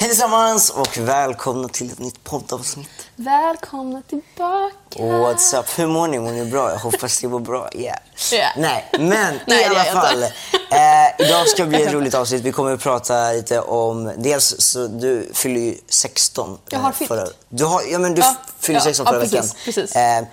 Hej tillsammans och välkomna till ett nytt poddavsnitt. Välkomna tillbaka. What's up? Hur mår ni? Mår ni bra? Jag hoppas det var bra. Yeah. Nej, men Nej, i alla fall. Idag ska bli ett roligt avsnitt. Vi kommer att prata lite om... Dels så du fyller ju 16. Jag har fyllt. Du fyller 16 förra veckan. Precis.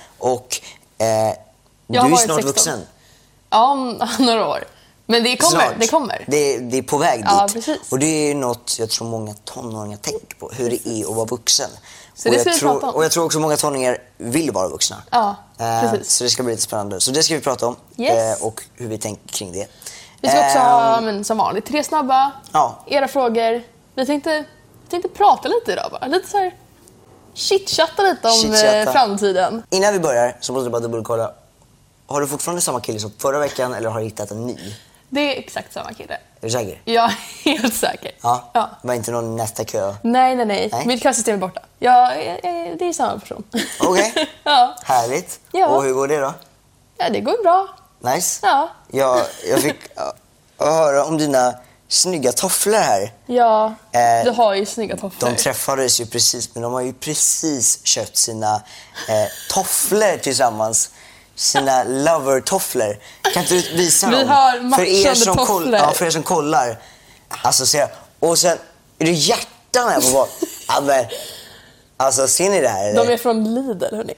Du är ju snart vuxen. Ja, om några år. Men det kommer. Snart. Det kommer. Det är på väg dit. Ja, precis. Och det är något jag tror många tonåringar tänker på. Hur det är att vara vuxen. Så det ska vi prata om. Och jag tror också många tonåringar vill vara vuxna. Ja, precis. Så det ska bli lite spännande. Så det ska vi prata om. Yes. Och hur vi tänker kring det. Vi ska också ha, som vanligt, 3 snabba. Ja. Era frågor. Vi tänkte prata lite idag bara. Lite så här chitchatta lite om framtiden. Innan vi börjar så måste jag bara dubbelkolla. Har du fortfarande samma kille som förra veckan eller har du hittat en ny? Det är exakt samma kille. Är du säker? Jag är helt säker. Ja. Var inte någon nästa kö? Nej. Mitt klassystem är borta. Det är samma person. Okej. Ja. Härligt. Ja. Och hur går det då? Ja, det går bra. Nice. Ja. Jag fick höra om dina snygga tofflor här. Ja, du har ju snygga tofflor. De träffades ju precis, men de har ju precis köpt sina tofflor tillsammans. Sina lover-tofflor. Kan inte du visa dem? Vi har matchande tofflor. För er som kollar. Alltså, och sen är det hjärtan här på bak. Alltså, ser ni det här? De är från Lidl, hörni.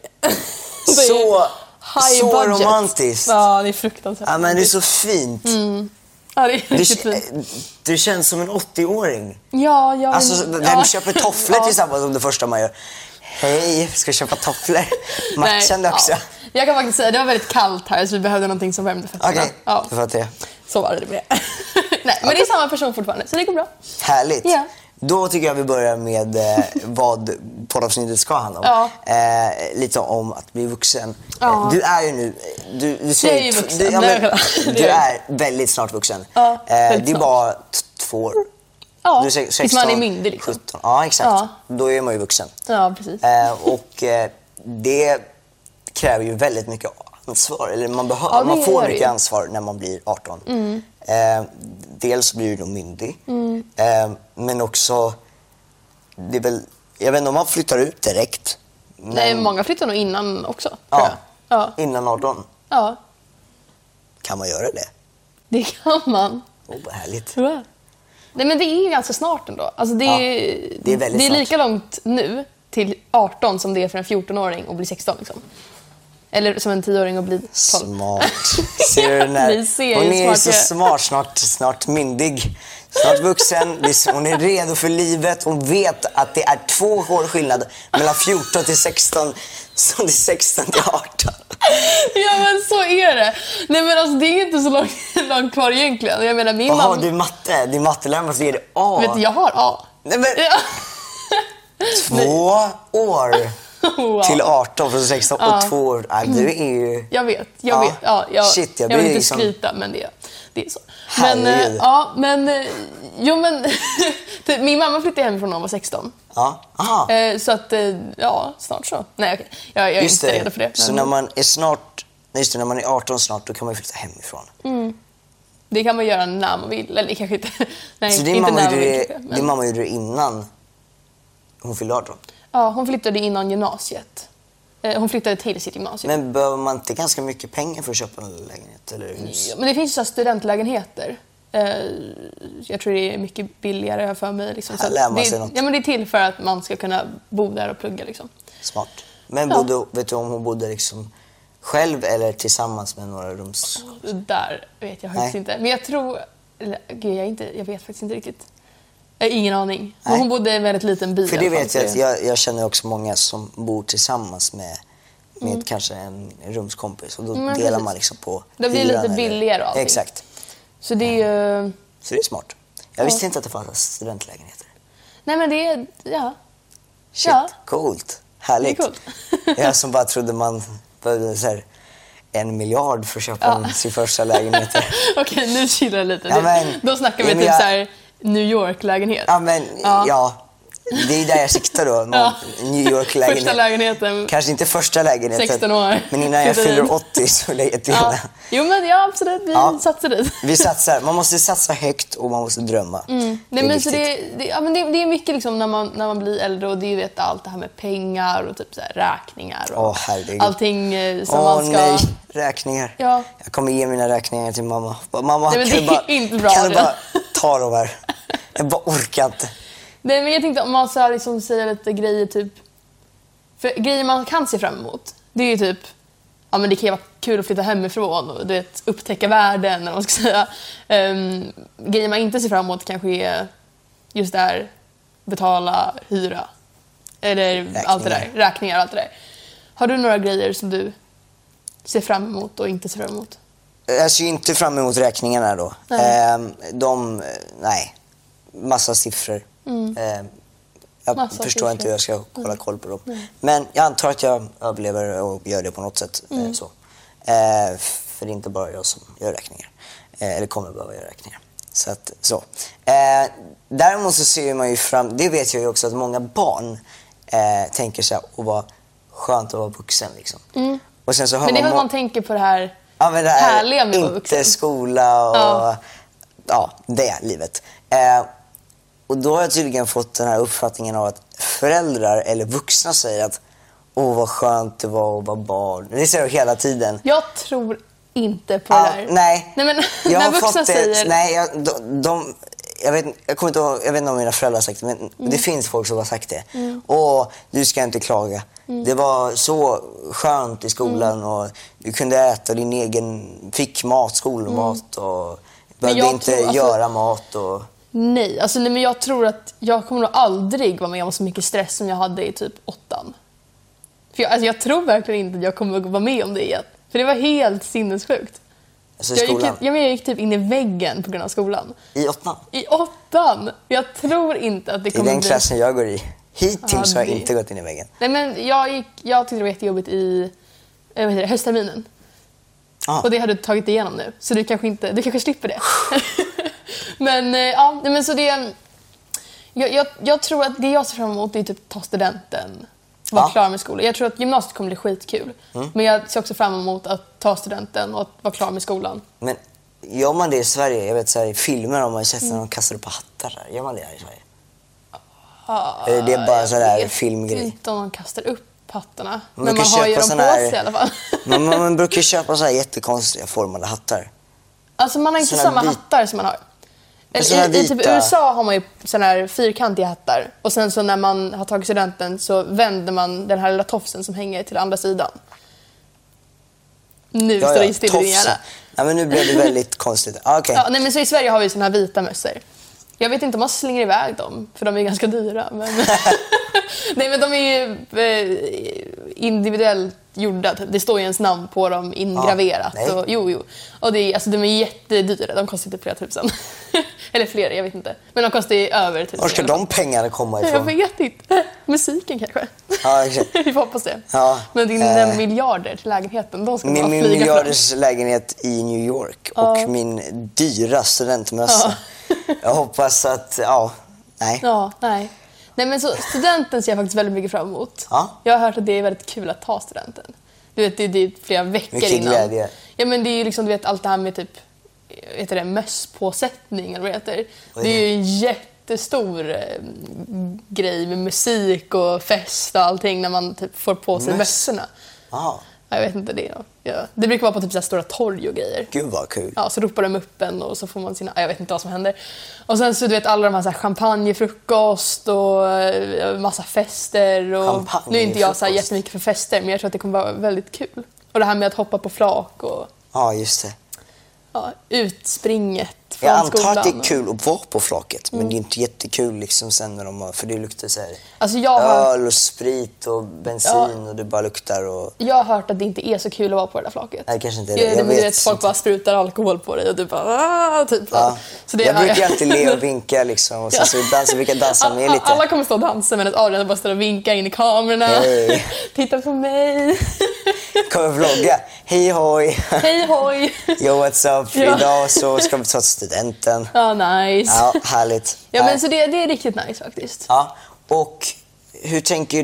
Så romantiskt. Ja, det är fruktansvärt. Ja, men det är så fint. Mm. Ja, det är riktigt fint. Du känns som en 80-åring. Ja. Alltså, vem köper tofflor tillsammans som det första man gör? Hej, ska köpa tofflor? Matchande också. Ja. Jag kan faktiskt säga, det var väldigt kallt här så vi behövde någonting som värmde fötterna. Okej, du får det. Så var det med. Nej, men det är samma person fortfarande, så det går bra. Härligt. Ja. Då tycker jag vi börjar med vad poddavsnittet ska handla om. Ja. Lite om att bli vuxen. Ja. Du är ju nu... Du säger ju vuxen. Du är väldigt snart vuxen. Ja, det är bara 2 år. Ja, du är 16, tills man är myndig liksom. 17. Ja, exakt. Ja. Då är man ju vuxen. Ja, precis. Det kräver ju väldigt mycket ansvar. Eller man får mycket ansvar när man blir 18. Dels blir du då myndig. Men också... Det är väl, jag vet inte om man flyttar ut direkt. Men... Nej, många flyttar nog innan också. Ja, innan 18. Ja. Kan man göra det? Det kan man. Vad härligt. Ja. Nej, men det är ju ganska snart ändå. Alltså det är lika långt nu till 18 som det är för en 14-åring att bli 16 liksom. Eller som en 10-åring att bli 12. Smart. Ser du den här? Hon är ju så smart, snart myndig. Snart vuxen. Hon är redo för livet. Hon vet att det är 2 år skillnad mellan 14 till 16 som det är 16 till 18. Ja, men så är det. Nej, men alltså det är inte så långt kvar egentligen. Jag menar, min mamma... Har du matte? Din mattelärare måste ge dig A. Vet du, jag har A. Nej, men... 2 år. Wow. Till 18 från 16 och 2 år. Du är ju... Jag vet. Ja, jag vill inte skryta, men det är så. Min mamma flyttade hemifrån när hon var 16. Ja. Aha. Så att, snart så. Nej, okej. Jag är inte redo för det. Men... Så när man är när man är 18 snart, då kan man ju flytta hemifrån. Det kan man göra när man vill. Eller kanske inte. Nej, så din mamma gjorde det innan hon fyllde 18? Ja, hon flyttade innan gymnasiet. Hon flyttade till sitt gymnasium. Men behöver man inte ganska mycket pengar för att köpa en lägenhet eller hus? Ja, men det finns ju så studentlägenheter. Jag tror det är mycket billigare för mig. Liksom. Här lär man sig något. Ja, men det är till för att man ska kunna bo där och plugga. Liksom. Smart. Men vet du om hon bodde liksom själv eller tillsammans med några rums? Där vet jag faktiskt inte. Men jag tror... jag vet faktiskt inte riktigt. Ingen aning. Men hon bodde i en väldigt liten by. För det vet jag att jag känner också många som bor tillsammans med kanske en rumskompis. Och då delar man liksom på det blir lite billigare och allting. Exakt. Så det är ju... Så det är smart. Jag visste inte att det fanns studentlägenheter. Nej, men det är... Ja. Shit, coolt. Härligt. Det är coolt. Jag som bara trodde man behövde så här 1 miljard för att köpa sin första lägenhet. Okej, nu chillar jag lite. Då snackar vi typ så här New York-lägenhet. Ja, men Det är där jag siktar då. New York-lägenhet. Första lägenheten. Kanske inte första lägenheten. 16 år. Men innan jag fyller 80 så vill jag jättegärna. Jo men absolut, vi satsar dit. Vi satsar. Man måste satsa högt och man måste drömma. Nej, men så det är mycket liksom när man blir äldre och det vet allt det här med pengar och typ så här räkningar och allting som man ska... nej, räkningar. Ja. Jag kommer ge mina räkningar till mamma. Mamma, nej, men det är inte bra. Kan du bara ta dem här? Jag bara orkar inte. Nej, men jag tänkte om man så liksom säger lite grejer typ... För grejer man kan se fram emot, det är ju typ... Ja, men det kan ju vara kul att flytta hemifrån och du vet, upptäcka världen, eller vad man ska säga. Grejer man inte ser fram emot kanske är just där betala hyra. Eller räkningar. Allt det där. Räkningar och allt det där. Har du några grejer som du ser fram emot och inte ser fram emot? Jag ser inte fram emot räkningarna då. Nej. Massa siffror. Jag förstår inte hur jag ska hålla koll på dem. Men jag antar att jag överlever och gör det på något sätt. Så. För det är inte bara jag som gör räkningar. Eller kommer behöva göra räkningar. Så att, så. Däremot så ser man ju fram... Det vet jag ju också att många barn tänker sig att vara skönt att vara vuxen. Liksom. Och sen så men det är man tänker på det här, det här härliga med att vara vuxen. Inte skola och det livet. Och då har jag tydligen fått den här uppfattningen av att föräldrar eller vuxna säger att vad skönt det var att vara barn. Det säger jag hela tiden. Jag tror inte på det där. Nej men jag när har vuxna fått säger... Nej, jag vet inte om mina föräldrar har sagt det, men det finns folk som har sagt det. Du ska inte klaga. Det var så skönt i skolan och du kunde äta din egen, fick mat, skolmat och behövde inte göra mat och... Nej, men jag tror att jag kommer nog aldrig vara med om så mycket stress som jag hade i typ 8:an. För jag tror verkligen inte att jag kommer att vara med om det igen. För det var helt sinnessjukt. Alltså jag gick typ in i väggen på grund av skolan. I 8:an? I 8:an! Jag tror inte att det kommer i den klassen jag går i. Hittills har jag inte gått in i väggen. Nej, men jag tyckte det var jättejobbigt i höstterminen. Och det har du tagit igenom nu. Så du kanske slipper det. Men så det... Jag tror att det jag ser fram emot är typ ta studenten. Vara klar med skolan. Jag tror att gymnasiet kommer bli skitkul. Men jag ser också fram emot att ta studenten och att vara klar med skolan. Men gör man det i Sverige? Jag vet så här, i filmer har man sett när de kastar upp hattar där. Gör man det här i Sverige? Det är bara så där filmgrej. Jag vet inte om de kastar upp hattarna. Men man har ju dem på sig i alla fall. man brukar köpa så här jättekonstiga formade hattar. Alltså man har inte samma hattar som man har. I typ USA har man ju såna här fyrkantiga hattar. Och sen så när man har tagit studenten så vänder man den här lilla tofsen som hänger till andra sidan. Nu står det still i din hjärna. Ja, men nu blev det väldigt konstigt. Okay. Nej, men så i Sverige har vi såna här vita mössor. Jag vet inte om man slänger iväg dem, för de är ganska dyra. Men... Nej, men de är ju individuellt gjorda. Det står ju ens namn på dem ingraverat. Jo. Och det är, alltså, de är jättedyra. De kostar typ flera tusen. Eller fler, jag vet inte. Men de kostar ju över 1000. Var ska de pengarna komma ifrån? Jag vet inte. Musiken kanske. Ja, okay. Vi får hoppas det. Ja. Men dina miljarder till lägenheten, de ska bara min flyga miljarders lägenhet i New York och min dyra studentmössa. Jag hoppas att, nej. Nej, men så studenten ser jag faktiskt väldigt mycket fram emot. Jag har hört att det är väldigt kul att ta studenten. Du vet, det är flera veckor mycket innan. Glädje. Ja, men det är ju liksom, du vet, allt det här med typ, mösspåsättning eller vad det heter. Det är ju en jättestor grej med musik och fest och allting när man typ får på sig mössorna. Jag vet inte det. Det brukar vara på typ så här stora torg och grejer. Gud vad kul. Ja, så ropar de upp en och så får man sina... Jag vet inte vad som händer. Och sen så du vet alla de här, så här champagnefrukost och massa fester. Och nu är inte jag så här jättemycket för fester, men jag tror att det kommer vara väldigt kul. Och det här med att hoppa på flak och... Ja, just det. Ja, utspringet från skolan. Jag antar att det är kul att vara på flaket, men det är inte jättekul liksom sen när för det luktar så här öl och sprit och bensin och det bara luktar och... Jag har hört att det inte är så kul att vara på det där flaket. Nej, kanske inte det. Jag vet folk bara sprutar alkohol på dig och du bara typ så. Så det jag brukar alltid le och vinka liksom och så brukar dansa med lite. Alla kommer stå och dansa medan Adrian bara står och vinkar in i kamerorna. Hey. Titta på mig. Kommer vlogga. Hej hoj. Hej hoj. Yo, what's up? Idag så ska vi ta studenten. Ja, nice. Ja, härligt. Ja, men så det är riktigt nice faktiskt. Ja, Och hur tänker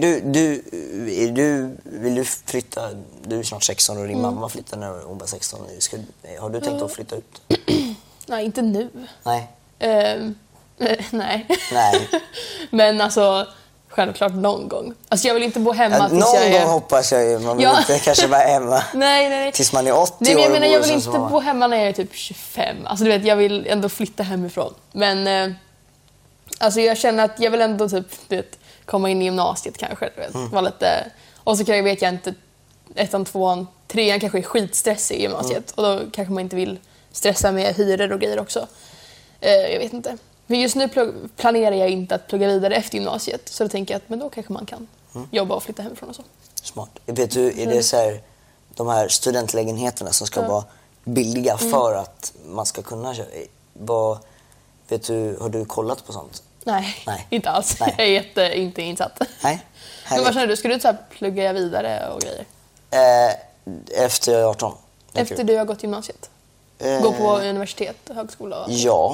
vill du flytta? Du är snart 16 och din mamma flyttar när hon var 16. Har du tänkt att flytta ut? Nej, inte nu. Nej. Nej. Nej. Men alltså, självklart någon gång. Alltså jag vill inte bo hemma tills någon jag är... gång hoppas jag ju. Man vill inte kanske vara hemma nej. tills man är 80 Nej, men jag år. menar, jag vill inte bo hemma när jag är typ 25. Alltså du vet, jag vill ändå flytta hemifrån. Men alltså jag känner att jag vill ändå typ, du vet, komma in i gymnasiet kanske. Du vet, vara lite... Och så vet jag inte, 1, 2, 3 kanske är skitstressig i gymnasiet. Och då kanske man inte vill stressa med hyror och grejer också. Jag vet inte. Men just nu planerar jag inte att plugga vidare efter gymnasiet. Så då tänker jag att men då kanske man kan jobba och flytta hemifrån och så. Smart. Vet du, är det så här, de här studentlägenheterna som ska vara billiga för att man ska kunna köpa? Vet du, har du kollat på sånt? Nej. Inte alls. Nej. Jag är inte insatt. Nej. Men vad känner du? Ska du så här plugga vidare och grejer? Efter jag är 18. Efter du har gått gymnasiet? Gå på universitet och högskola? Och... Ja.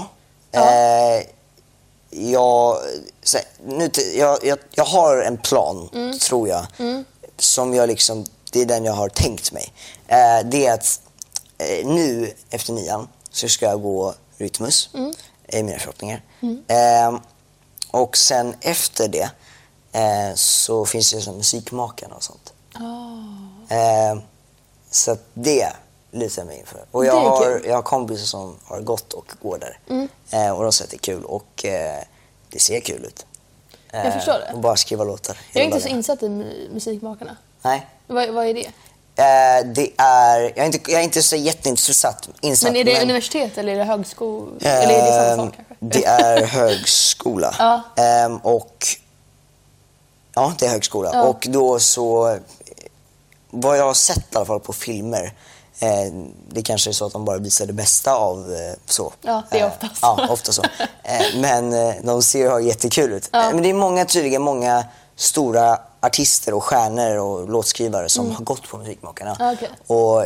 Jag har en plan, tror jag, som jag liksom, det är den jag har tänkt mig. Det är att nu efter 9 så ska jag gå Rytmus i mina förhoppningar. Och sen efter det så finns det som musikmakarna och sånt. Så att det lutar jag mig inför. Och jag har kompisar som har gått och går där. Och de säger att det är kul. Och det ser kul ut. Jag förstår det. Och bara skriva låtar. Jag är inte så insatt i musikmakarna. Nej. Vad är det? Det är... Jag är inte så jätteintressant. Men är det universitet eller är det högskola? Eller är det samma sak kanske? Det är högskola. Och... Ja, det är högskola. Och då så... Vad jag har sett i alla fall på filmer, det kanske är så att de bara visar det bästa av så. Ja, det är ofta så. Ja, ofta så. Men de ser ha jättekul ut. Men det är många stora artister och stjärnor och låtskrivare som har gått på musikmakarna. Okay. Och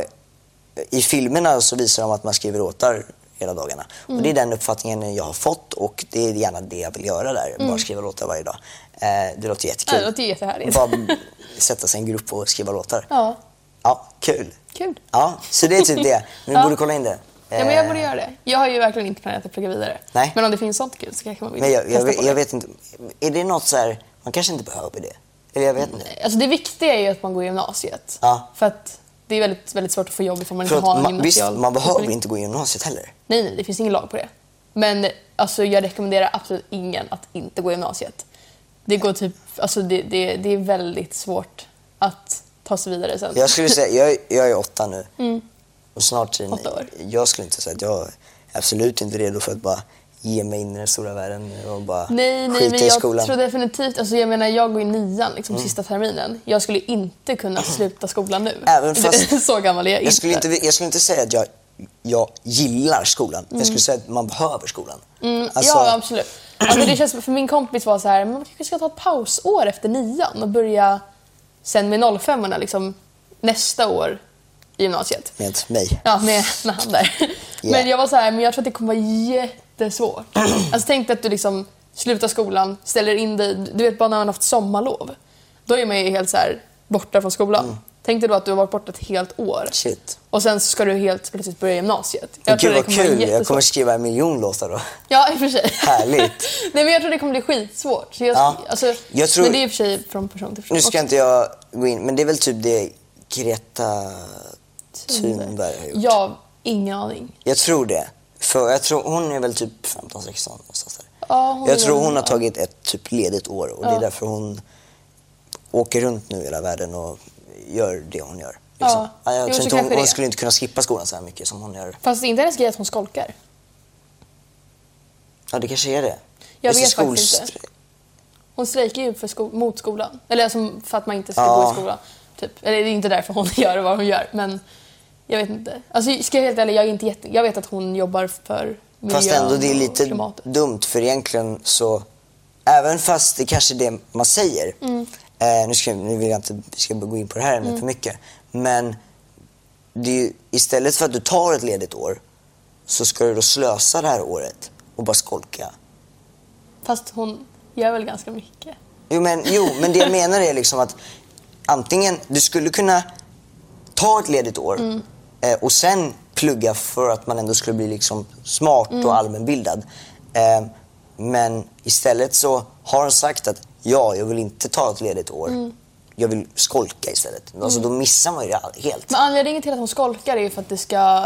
i filmerna så visar de att man skriver låtar hela dagarna. Och det är den uppfattningen jag har fått och det är gärna det jag vill göra där. Bara skriva låtar varje dag. Det låter jättekul. Det låter jättehärligt. Bara sätta sig i en grupp och skriva låtar. Ja, kul. Kul. Ja, så det är typ det. Men du borde kolla in det. Ja, men jag borde göra det. Jag har ju verkligen inte planerat att plugga vidare. Nej. Men om det finns sånt kul så kanske man vill Men testa på det. jag vet inte. Är det något så här, man kanske inte behöver det. Eller jag vet inte. Alltså det viktiga är ju att man går i gymnasiet. För att det är väldigt, väldigt svårt att få jobb ifall man inte har en gymnasial... Visst, man behöver inte gå i gymnasiet heller. Nej, det finns ingen lag på det. Men alltså, jag rekommenderar absolut ingen att inte gå i gymnasiet. Det går typ... Alltså det är väldigt svårt att ta sig vidare sen. Jag skulle säga, jag är 8 nu. Och snart 8 år. Jag skulle inte säga att jag är absolut inte redo för att bara ge mig in i den stora världen och bara skita i skolan. Jag tror definitivt, alltså jag menar jag går i 9 liksom sista terminen. Jag skulle inte kunna sluta skolan nu. Även fast så gammal är jag inte. Jag skulle inte säga att jag gillar skolan. Jag skulle säga att man behöver skolan. Alltså... Ja, absolut. Alltså det känns, för min kompis var så här, man kanske ska ta ett pausår efter 9 och börja sen med 05-orna liksom nästa år i gymnasiet. Med mig. Ja, med han där. Yeah. Men jag var så här, men jag tror att det kommer vara jättesvårt. Alltså tänk att du liksom slutar skolan, ställer in dig, du vet bara när man har haft sommarlov. Då är man ju helt så här borta från skolan. Tänk dig då att du har varit borta ett helt år. Shit. Och sen så ska du helt plötsligt börja gymnasiet. Gud vad kul, jag kommer skriva 1 miljon låtar då. Ja, i och för sig. Härligt. Nej, men jag tror det kommer bli skitsvårt. Så jag tror... Men det är i och för sig från person till person. Nu ska inte jag gå in, men det är väl typ det Greta Thunberg har gjort. Ja, ingen aning. Jag tror det. För jag tror hon är väl typ 15-16 någonstans där. Ja, jag tror hon har tagit ett typ ledigt år och det är därför hon åker runt nu i hela världen och gör det hon gör. Liksom. Jag tror inte hon skulle inte kunna skippa skolan så här mycket som hon gör. Fast det är inte hennes grej att hon skolkar. Ja, det kanske är det. Jag vet faktiskt inte. Hon strejkar ju mot skolan. Eller alltså för att man inte ska gå i skolan. Typ. Eller det är inte därför hon gör vad hon gör. Men jag vet inte. Alltså ska jag helt ärlig, jag vet att hon jobbar för miljön. Fast ändå det är lite klimatet. Dumt för egentligen så... Även fast det kanske är det man säger. Nu vill jag inte vi ska gå in på det här ämnet för mycket. Men det är ju, istället för att du tar ett ledigt år så ska du då slösa det här året och bara skolka. Fast hon gör väl ganska mycket. Men det jag menar är liksom att antingen du skulle kunna ta ett ledigt år och sen plugga för att man ändå skulle bli liksom smart och allmänbildad. Men istället så har han sagt att jag vill inte ta ett ledigt år. Jag vill skolka istället. Alltså då missar man ju det helt. Men anledningen till att hon skolkar är ju för att det ska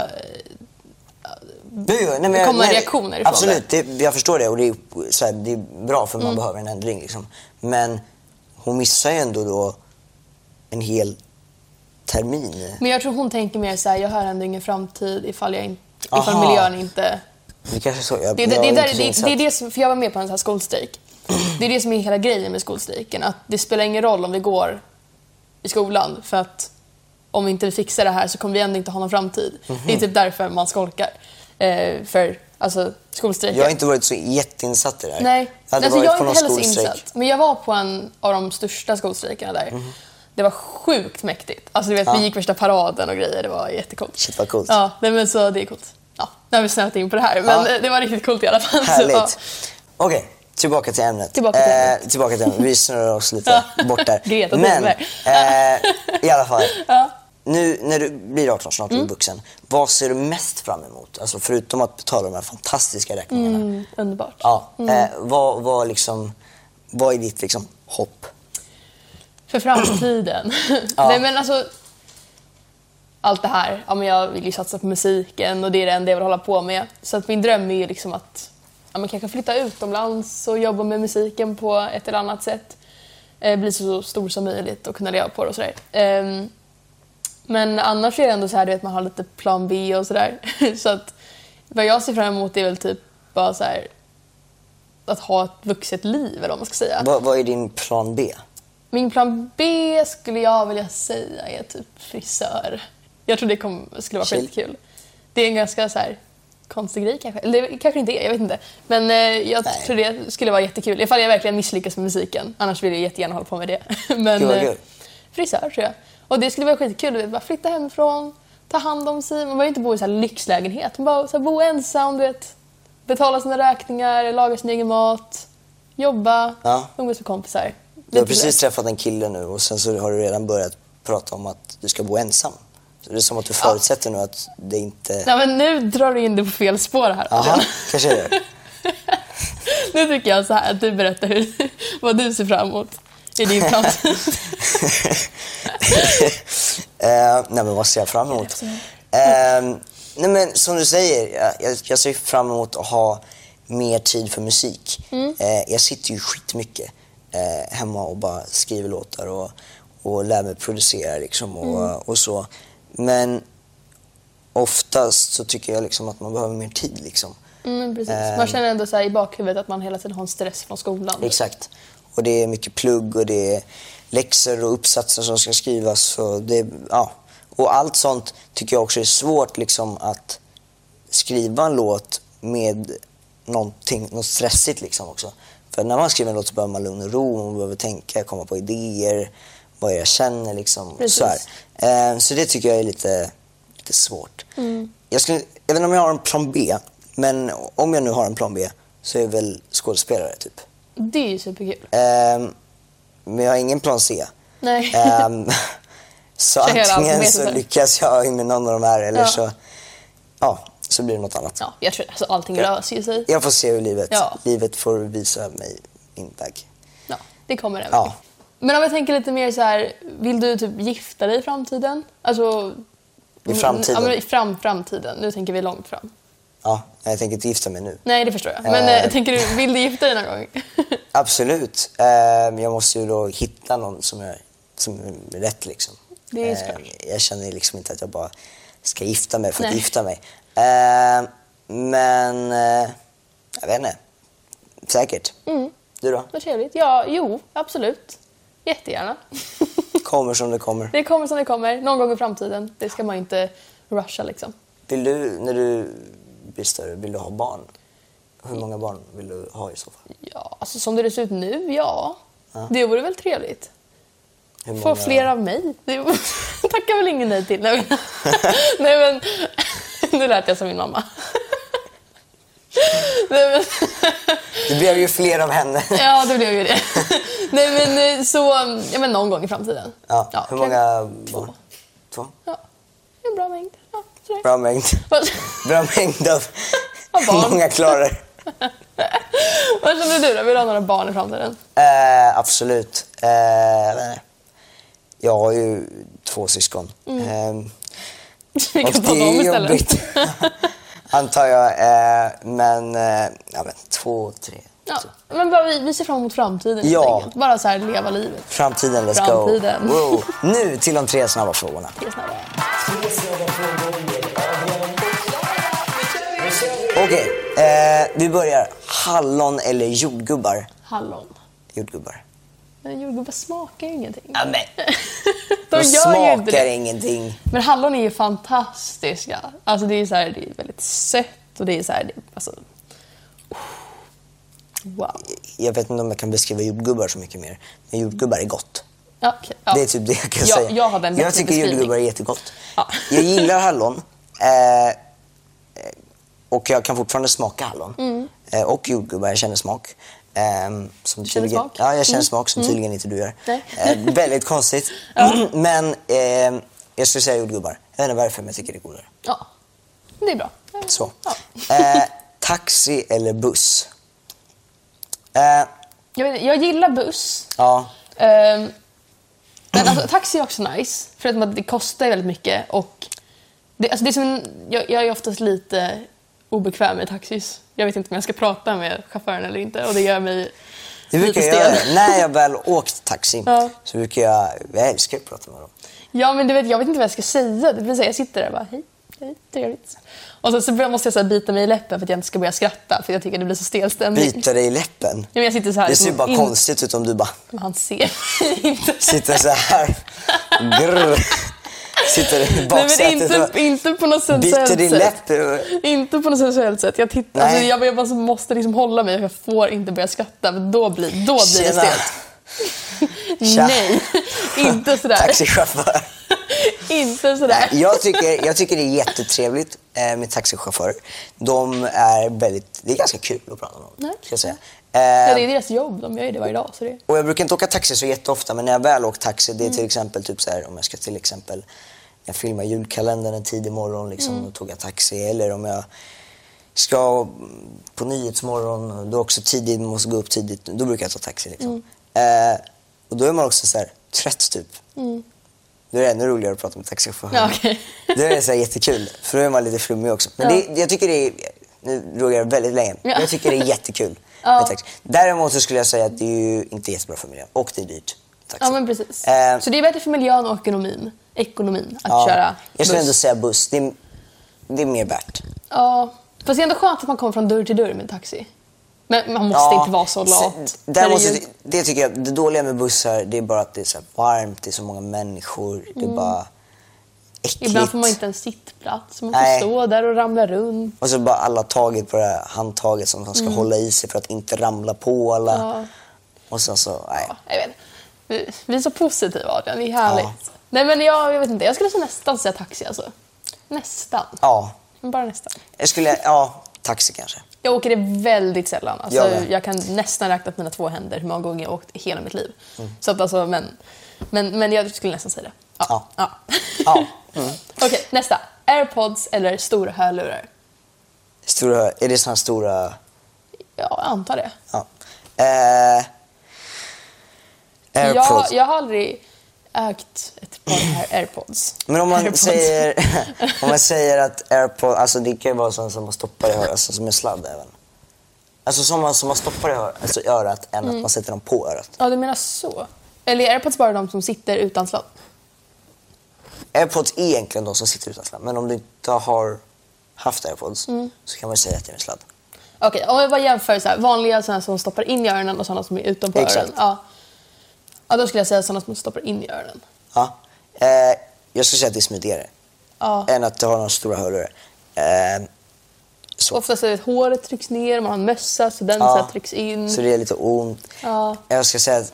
komma reaktioner ifrån absolut, jag förstår det. Och det är bra för man behöver en ändring liksom. Men hon missar ju ändå då en hel termin. Men jag tror hon tänker mer så här: jag har ändå ingen framtid ifall miljön inte... Det kanske så. Det är det som, för jag var med på en sån här skolstrejk. Det är det som är hela grejen med skolstrejken. Att det spelar ingen roll om vi går i skolan. För att om vi inte fixar det här så kommer vi ändå inte ha någon framtid. Det är typ därför man skolkar. För alltså skolstrejken. Jag har inte varit så jätteinsatt i det här. Nej, jag är inte heller så insatt. Men jag var på en av de största skolstrejkerna där. Det var sjukt mäktigt. Alltså du vet, vi gick värsta paraden och grejer. Det var jättecoolt. Shit, vad coolt. Ja, men så det är coolt. Ja, nu har vi snöat in på det här. Men det var riktigt coolt i alla fall. Härligt. Okej, tillbaka till ämnet. Tillbaka till ämnet. Vi snurrar oss lite bort där. Men i alla fall. Nu när du blir 18 snart och vuxen, vad ser du mest fram emot? Alltså förutom att betala de här fantastiska räkningarna. Underbart. Ja, vad är ditt liksom hopp? För framtiden. Nej, men alltså allt det här. Ja, men jag vill ju satsa på musiken och det är det enda jag vill hålla på med. Så att min dröm är ju liksom att kanske flytta utomlands och jobba med musiken på ett eller annat sätt. Bli så stor som möjligt och kunna leva på det och sådär. Men annars är det ändå så här, du vet, man har lite plan B och sådär. Så att vad jag ser fram emot är väl typ bara så här, att ha ett vuxet liv eller vad man ska säga. Vad är din plan B? Min plan B skulle jag vilja säga är typ frisör. Jag tror det skulle vara skitkul. Det är en ganska så här konstig grej kanske. Eller det kanske inte är, jag vet inte. Men jag tror det skulle vara jättekul. Ifall jag verkligen misslyckas med musiken. Annars vill jag jättegärna hålla på med det. Men frisör tror jag. Och det skulle vara skitkul att bara flytta hemifrån, ta hand om sig. Man behöver inte bo i så här lyxlägenhet. Man bara så här, bo ensam, du vet. Betala sina räkningar, laga sin egen mat, jobba, umgås med kompisar. Du har precis träffat en kille nu och sen så har du redan börjat prata om att du ska bo ensam. Så det är som att du förutsätter nu att det inte... Nej, men nu drar du in det på fel spår här. Jaha, kanske är det. Nu tycker jag så här att du berättar vad du ser fram emot i din framtid. Nej, men vad ser jag fram emot? Nej, men som du säger, jag ser fram emot att ha mer tid för musik. Jag sitter ju skitmycket hemma och bara skriver låtar och lär mig producera liksom och så. Men oftast så tycker jag liksom att man behöver mer tid liksom. Precis. Man känner ändå så här i bakhuvudet att man hela tiden har en stress från skolan. Exakt. Och det är mycket plugg och det är läxor och uppsatser som ska skrivas och och allt sånt tycker jag också är svårt liksom att skriva en låt med något stressigt liksom också. För när man skriver en låt så behöver man lugn och ro, man behöver tänka, komma på idéer, vad jag känner liksom. Så det tycker jag är lite svårt. Jag vet inte om jag har en plan B, men om jag nu har en plan B så är jag väl skådespelare typ. Det är ju superkul. Men jag har ingen plan C. Nej. Så antingen så lyckas jag med någon av de här eller så blir det något annat. Ja, jag tror alltså, allting löser sig. Jag får se hur livet får visa mig min väg. Ja, det kommer det. Ja. Men om jag tänker lite mer så här, vill du typ gifta dig i framtiden? Alltså i framtiden. I framtiden. Nu tänker vi långt fram. Ja, jag tänker inte gifta mig nu. Nej, det förstår jag. Men tänker du, vill du gifta dig någon gång? Absolut. Jag måste ju då hitta någon som är rätt liksom. Det är klart. Jag känner liksom inte att jag bara ska gifta mig för att gifta mig. Men jag vet inte. Säkert. Du då? Vad trevligt. Ja, jo, absolut. Jättegärna. Kommer som det kommer. Det kommer som det kommer. Någon gång i framtiden. Det ska man inte rusha liksom. Vill du, när du blir större, vill du ha barn? Hur många barn vill du ha i så fall? Ja, alltså som det ser ut nu, ja. Det vore väl trevligt. Få fler av mig. Det tackar väl ingen nej till. Nej men nu lät jag som min mamma. Det blir blev ju fler av henne. Ja, det blev ju det. Nej, men så... Ja, men någon gång i framtiden. Ja. Hur många barn? 2? Ja, en bra mängd. Ja, sådär. Bra mängd. Bra mängd av barn. Många klarar. Vad känner du då? Vill du ha några barn i framtiden? Absolut. Jag har ju 2 syskon. Vi kan ta dem istället. Jobbigt, antar jag. Men 2, 3. Ja, men bara vi ser fram emot framtiden. Ja. Bara så här leva livet. Framtiden, let's Framtiden. go. Wow. Nu till de 3 snabba frågorna. Okej, vi börjar. Hallon eller jordgubbar? Hallon. Jordgubbar. Men jordgubbar smakar ju ingenting. Ja, men. De smakar ju inte det. Ingenting. Men hallon är ju fantastiska. Alltså det är så här, det är väldigt sött och det är så här, alltså, wow. Jag vet inte om jag kan beskriva jordgubbar så mycket mer. Men jordgubbar är gott. Ja, okay, ja. Det är typ det jag kan säga. Jag har den jag tycker jordgubbar är jättegott. Ja. Jag gillar hallon. Och jag kan fortfarande smaka hallon. Och jordgubbar, jag känner smak. Som du känner smak? Ja, jag känner smak som tydligen inte du gör. Väldigt konstigt. Men jag skulle säga jordgubbar. Jag vet inte varför, men jag tycker det är godare. Ja, det är bra. Så. Ja. Taxi eller buss? Jag gillar buss. Ja. Men alltså, taxi är också nice. Förutom att det kostar väldigt mycket. Och det är som jag är oftast lite obekväm med taxis. Jag vet inte om jag ska prata med chauffören eller inte. Och det gör mig lite stel. När jag väl åkt taxi så brukar jag älskar att prata med dem. Ja, men du vet, jag vet inte vad jag ska säga. Det vill säga, jag sitter där och bara, hej, trevligt. Och så måste jag så här bita mig i läppen för att jag inte ska börja skratta. För jag tycker det blir så stel stämning. Bita dig i läppen? Ja, men jag sitter så här, det ser bara konstigt ut om du bara... Han ser inte. Sitter så här. Grrr. Sitter i baksätet. Nej, men inte på något sensuellt sätt. Biter din läpp. Inte på något sensuellt sätt. Jag tittar, alltså, jag bara måste liksom hålla mig. Jag får inte börja skratta. För då blir det stelt. Nej, inte sådär. Taxichaufför. Inte sådär. Jag tycker det är jättetrevligt med taxichaufförer. De är det är ganska kul att prata med dem, ska jag säga. Ja, det är deras jobb, de gör ju det varje dag. Så det... Och jag brukar inte åka taxi så jätteofta, men när jag väl åker taxi, det är till exempel typ så här, om jag ska till exempel, jag filmar julkalendern en tidig morgon liksom, då tog jag taxi. Eller om jag ska på nyhetsmorgon, då också tidigt, måste gå upp tidigt, då brukar jag ta taxi liksom. Och då är man också så här trött typ. Då är det ännu roligare att prata med taxichaufförer. Ja, okay. Det är så här jättekul, för då är man lite flummig också. Men jag tycker det är, nu rogar jag väldigt länge, jag tycker det är jättekul med taxi. Däremot så skulle jag säga att det är ju inte jättebra för miljön, och det är dyrt. Taxi. Ja, men precis. Så det är bättre för miljön och ekonomin att köra buss. Jag skulle ändå säga buss, det är mer värt. Ja, fast det är ändå skönt att man kommer från dörr till dörr med taxi. Men man måste inte vara så lat. Det tycker jag, det dåliga med bussar, det är bara att det är så varmt, det är så många människor, det är bara äckligt. Ibland får man inte en sittplats, man får stå där och ramla runt. Och så bara alla tagit på det här handtaget som man ska hålla i sig för att inte ramla på alla. Ja. Och sen så, nej. Ja, jag vet. Vi är så positiva, Adrian, det är härligt. Ja. Nej, men jag vet inte, jag skulle nästan säga taxi alltså. Nästan. Ja. Men bara nästan. Taxi kanske. Jag åker det väldigt sällan. Alltså, jag kan nästan räkna på mina 2 händer hur många gånger jag åkt hela mitt liv. Så att alltså, men jag skulle nästan säga det. Ja. Okej, nästa. AirPods eller stora hörlurar? Är det såna stora? Ja, jag antar det. Ja. AirPods. Jag har aldrig ägt ett par AirPods. Men om man säger att AirPods, alltså det kan ju vara sånt som man stoppar i örat, alltså som en sladd även. Alltså som man stoppar i örat än att man sätter dem på örat. Ja, du menar så. Eller är AirPods bara de som sitter utan sladd? AirPods är egentligen de som sitter utan sladd. Men om du inte har haft AirPods så kan man säga att det är en sladd. Okej, om jag bara jämför så här, vanliga sådana som stoppar in i öronen och sådana som är utanpå öronen. Ja, då skulle jag säga sådana som stoppar in i öronen. Ja, jag skulle säga att det är smidigare än att du har några stora hörlurar. Oftast är det att håret trycks ner, man har en mössa så den så här trycks in. Så det är lite ont. Ja. Jag ska säga att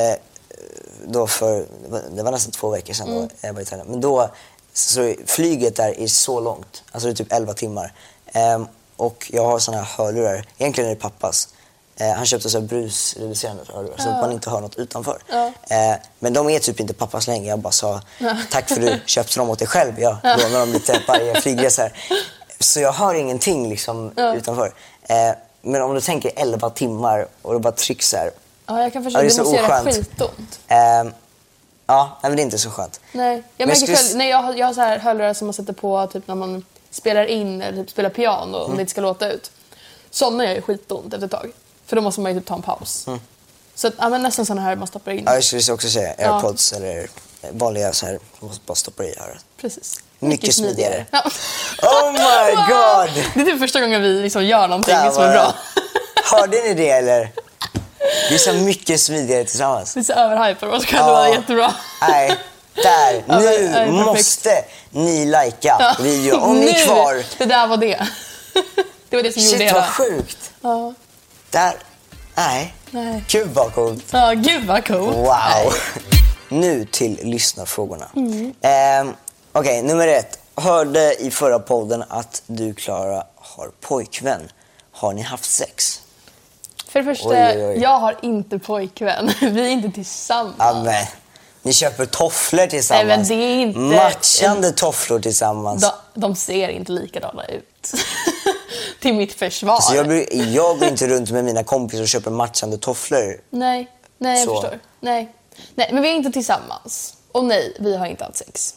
det var nästan 2 veckor sedan då jag var i Thailand. Men då, så flyget där är så långt, alltså det är typ 11 timmar. Och jag har såna här hörlurar, egentligen är det pappas. Han köpte så här brusreducerande hörlurar så att man inte hör något utanför. Ja. Men de är typ inte pappas längre. Jag bara sa tack för du köpte dem åt dig själv. Jag lånar dem lite varje flygresa. Så jag hör ingenting liksom utanför. Men om du tänker 11 timmar och det bara trycks här. Ja, jag kan förstå. Det måste göra skitont. Ja, men det är inte så skönt. Nej, jag märker själv, när jag har så här hörlurar som man sätter på typ när man spelar in eller typ spelar piano om det inte ska låta ut. Sådana gör ju skitont efter ett tag. För då måste man ju typ ta en paus. Så att, men nästan sådana här man stoppar in. Ja, jag skulle också säga AirPods eller vanliga så här. Man måste bara stoppa i här. Precis. Mycket smidigare. Ja. Oh my god! Det är typ första gången vi liksom gör någonting som är bra. Hörde ni det eller? Vi är så mycket smidigare tillsammans. Vi är så överhypade och ska vara jättebra. Nej, där. Nu måste ni likea videon. Om ni är kvar. Det där var det. Det var det som gjorde det. Shit, vad sjukt. Ja. Där. Nej. Gud vad coolt. Ja, gud vad coolt. Wow. Nu till lyssnarfrågorna. Okej, nummer 1. Hörde i förra podden att du, Klara, har pojkvän. Har ni haft sex? För det första, jag har inte pojkvän. Vi är inte tillsammans. Amen. Ni köper tofflor tillsammans. Nej, men det är inte... Matchande tofflor tillsammans. De ser inte likadana ut. Till mitt försvar. Alltså jag går inte runt med mina kompisar och köper matchande tofflor. Nej, jag förstår. Nej, men vi är inte tillsammans. Och nej, vi har inte haft sex.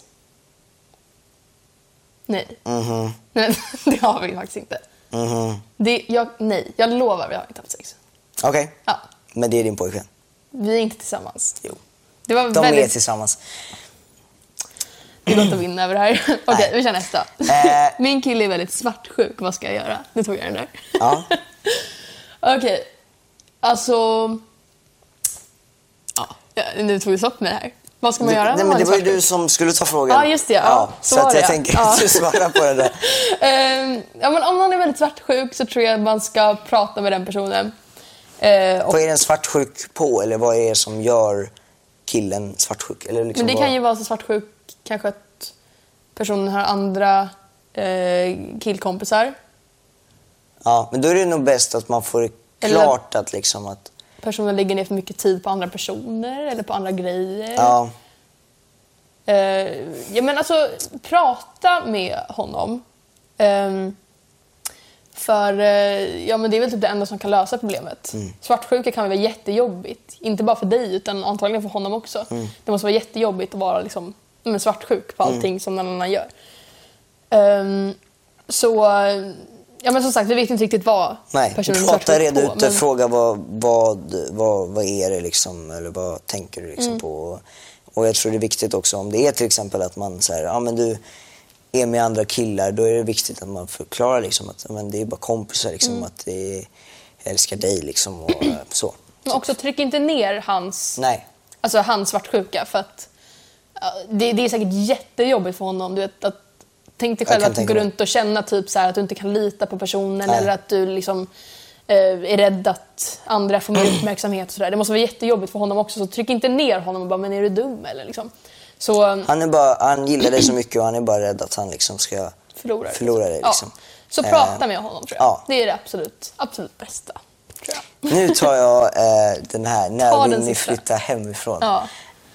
Nej. Nej, det har vi faktiskt inte. Jag lovar, vi har inte haft sex. Okej. Ja. Men det är din pojkvän? Vi är inte tillsammans. Jo. Det var De är tillsammans. Det låter vinna över det här. Okej, vi kör nästa. Min kille är väldigt svartsjuk. Vad ska jag göra? Nu tog jag den där. Ja. Okej. Alltså... Ja, nu tog du stopp med det här. Vad ska man göra? Nej, men det var ju du som skulle ta frågan. Ja, just det. Ja, så att jag tänker att du svarar på det där. Men om någon är väldigt svartsjuk så tror jag att man ska prata med den personen. Vad är den svartsjuk på? Eller vad är det som gör killen svartsjuk? Eller liksom men det kan ju vara så svartsjuk kanske att personen har andra killkompisar. Ja, men då är det nog bäst att man får klart att liksom att personen lägger ner för mycket tid på andra personer eller på andra grejer. Ja. Men alltså, prata med honom. För men det är väl typ det enda som kan lösa problemet. Svartsjuka kan vara jättejobbigt. Inte bara för dig utan antagligen för honom också. Det måste vara jättejobbigt att vara liksom, svartsjuk på allting som någon annan gör. Men som sagt, vi vet inte riktigt vad personen är svartsjuk på. Prata reda ut, fråga vad är det liksom, eller vad tänker du liksom på. Och jag tror det är viktigt också om det är till exempel att man säger, men du är med andra killar, då är det viktigt att man förklarar liksom att det är bara kompisar liksom, att jag älskar dig liksom och så. Men också tryck inte ner hans svartsjuka, för att det är säkert jättejobbigt för honom. Du vet, tänk dig själv att du går runt och känna typ så här, att du inte kan lita på personen eller att du liksom är rädd att andra får mer uppmärksamhet och sådär. Det måste vara jättejobbigt för honom också, så tryck inte ner honom och bara, men är du dum eller liksom. Så, han gillar dig så mycket och han är bara rädd att han liksom ska förlora dig liksom. Ja. Så prata med honom, tror jag. Ja. Det är det absolut bästa, tror jag. Nu tar jag den här, när vill ni flytta hemifrån? Ja.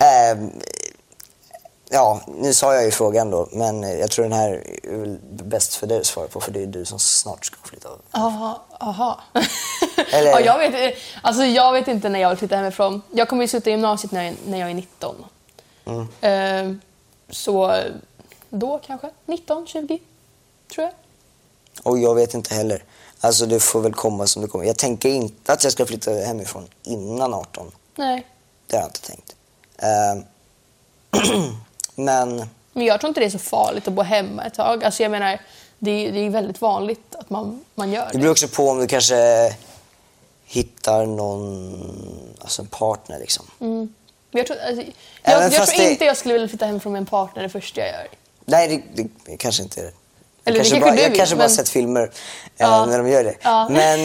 Nu sa jag ju frågan då, men jag tror den här är väl bäst för dig att svara på, för det är du som snart ska flytta av. Aha. Eller... jag vet inte när jag vill flytta hemifrån. Jag kommer ju sluta gymnasiet när jag är 19. Så då kanske 19, 20, tror jag. Och jag vet inte heller. Alltså det får väl komma som det kommer. Jag tänker inte att jag ska flytta hemifrån innan 18. Nej. Det har jag inte tänkt. Men jag tror inte det är så farligt att bo hemma ett tag. Alltså jag menar, det är väldigt vanligt att man gör det. Det beror också på om du kanske hittar en partner liksom. Jag tror inte jag skulle vilja flytta hem från en partner det första jag gör. Nej, det kanske inte är det. Jag kanske bara sett filmer när de gör det. Ja. Men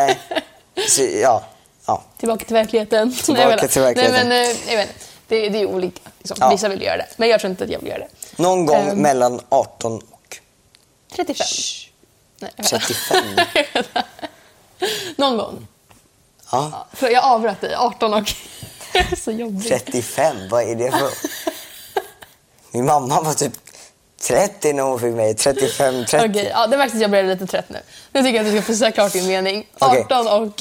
Tillbaka till verkligheten. Det är olika. Liksom. Ja. Vissa vill göra det. Men jag tror inte att jag vill göra det. Någon gång mellan 18 och 35. 35. Någon gång. Ja. För jag avbröt dig, 18 och... Så jobbigt. 35, vad är det för... Min mamma var typ 30 när hon fick mig, 35, 30. Okej, ja, det märks att jag blev lite trött nu. Nu tycker jag att du ska få säga klart din mening. 18 och...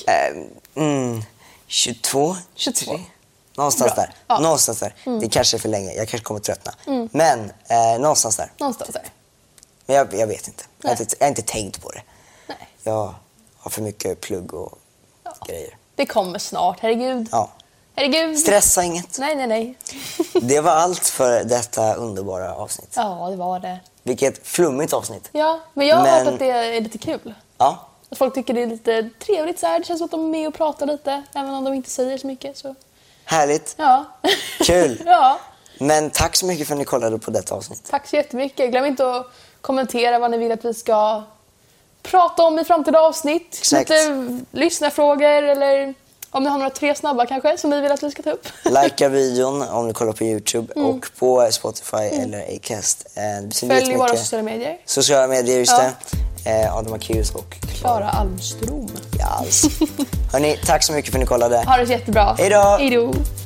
22, 23. Någonstans Bra. där. Ja. Någonstans där. Det kanske är för länge, jag kanske kommer tröttna. Men någonstans där. Någonstans där. Men jag vet inte. Jag har inte tänkt på det. Nej. Jag har för mycket plugg och grejer. Det kommer snart, herregud. Ja. Herregud. Stressa inget. Nej. Det var allt för detta underbara avsnitt. Ja, det var det. Vilket flummigt avsnitt. Ja, men jag har hört att det är lite kul. Ja. Att folk tycker det är lite trevligt så här. Det känns som att de är med och pratar lite. Även om de inte säger så mycket. Så. Härligt. Ja. Kul. Ja. Men tack så mycket för att ni kollade på detta avsnitt. Tack så jättemycket. Glöm inte att kommentera vad ni vill att vi ska prata om i framtida avsnitt. Exakt. Lite lyssnarfrågor eller om ni har några 3 snabba kanske som ni vill att vi ska ta upp. Likea videon om ni kollar på YouTube och på Spotify eller Acast. Följ våra sociala medier. Sociala medier, just det. Adam Akelius och Klara Almström. Hörni, tack så mycket för att ni kollade. Ha det så jättebra. Hej då! Hej då!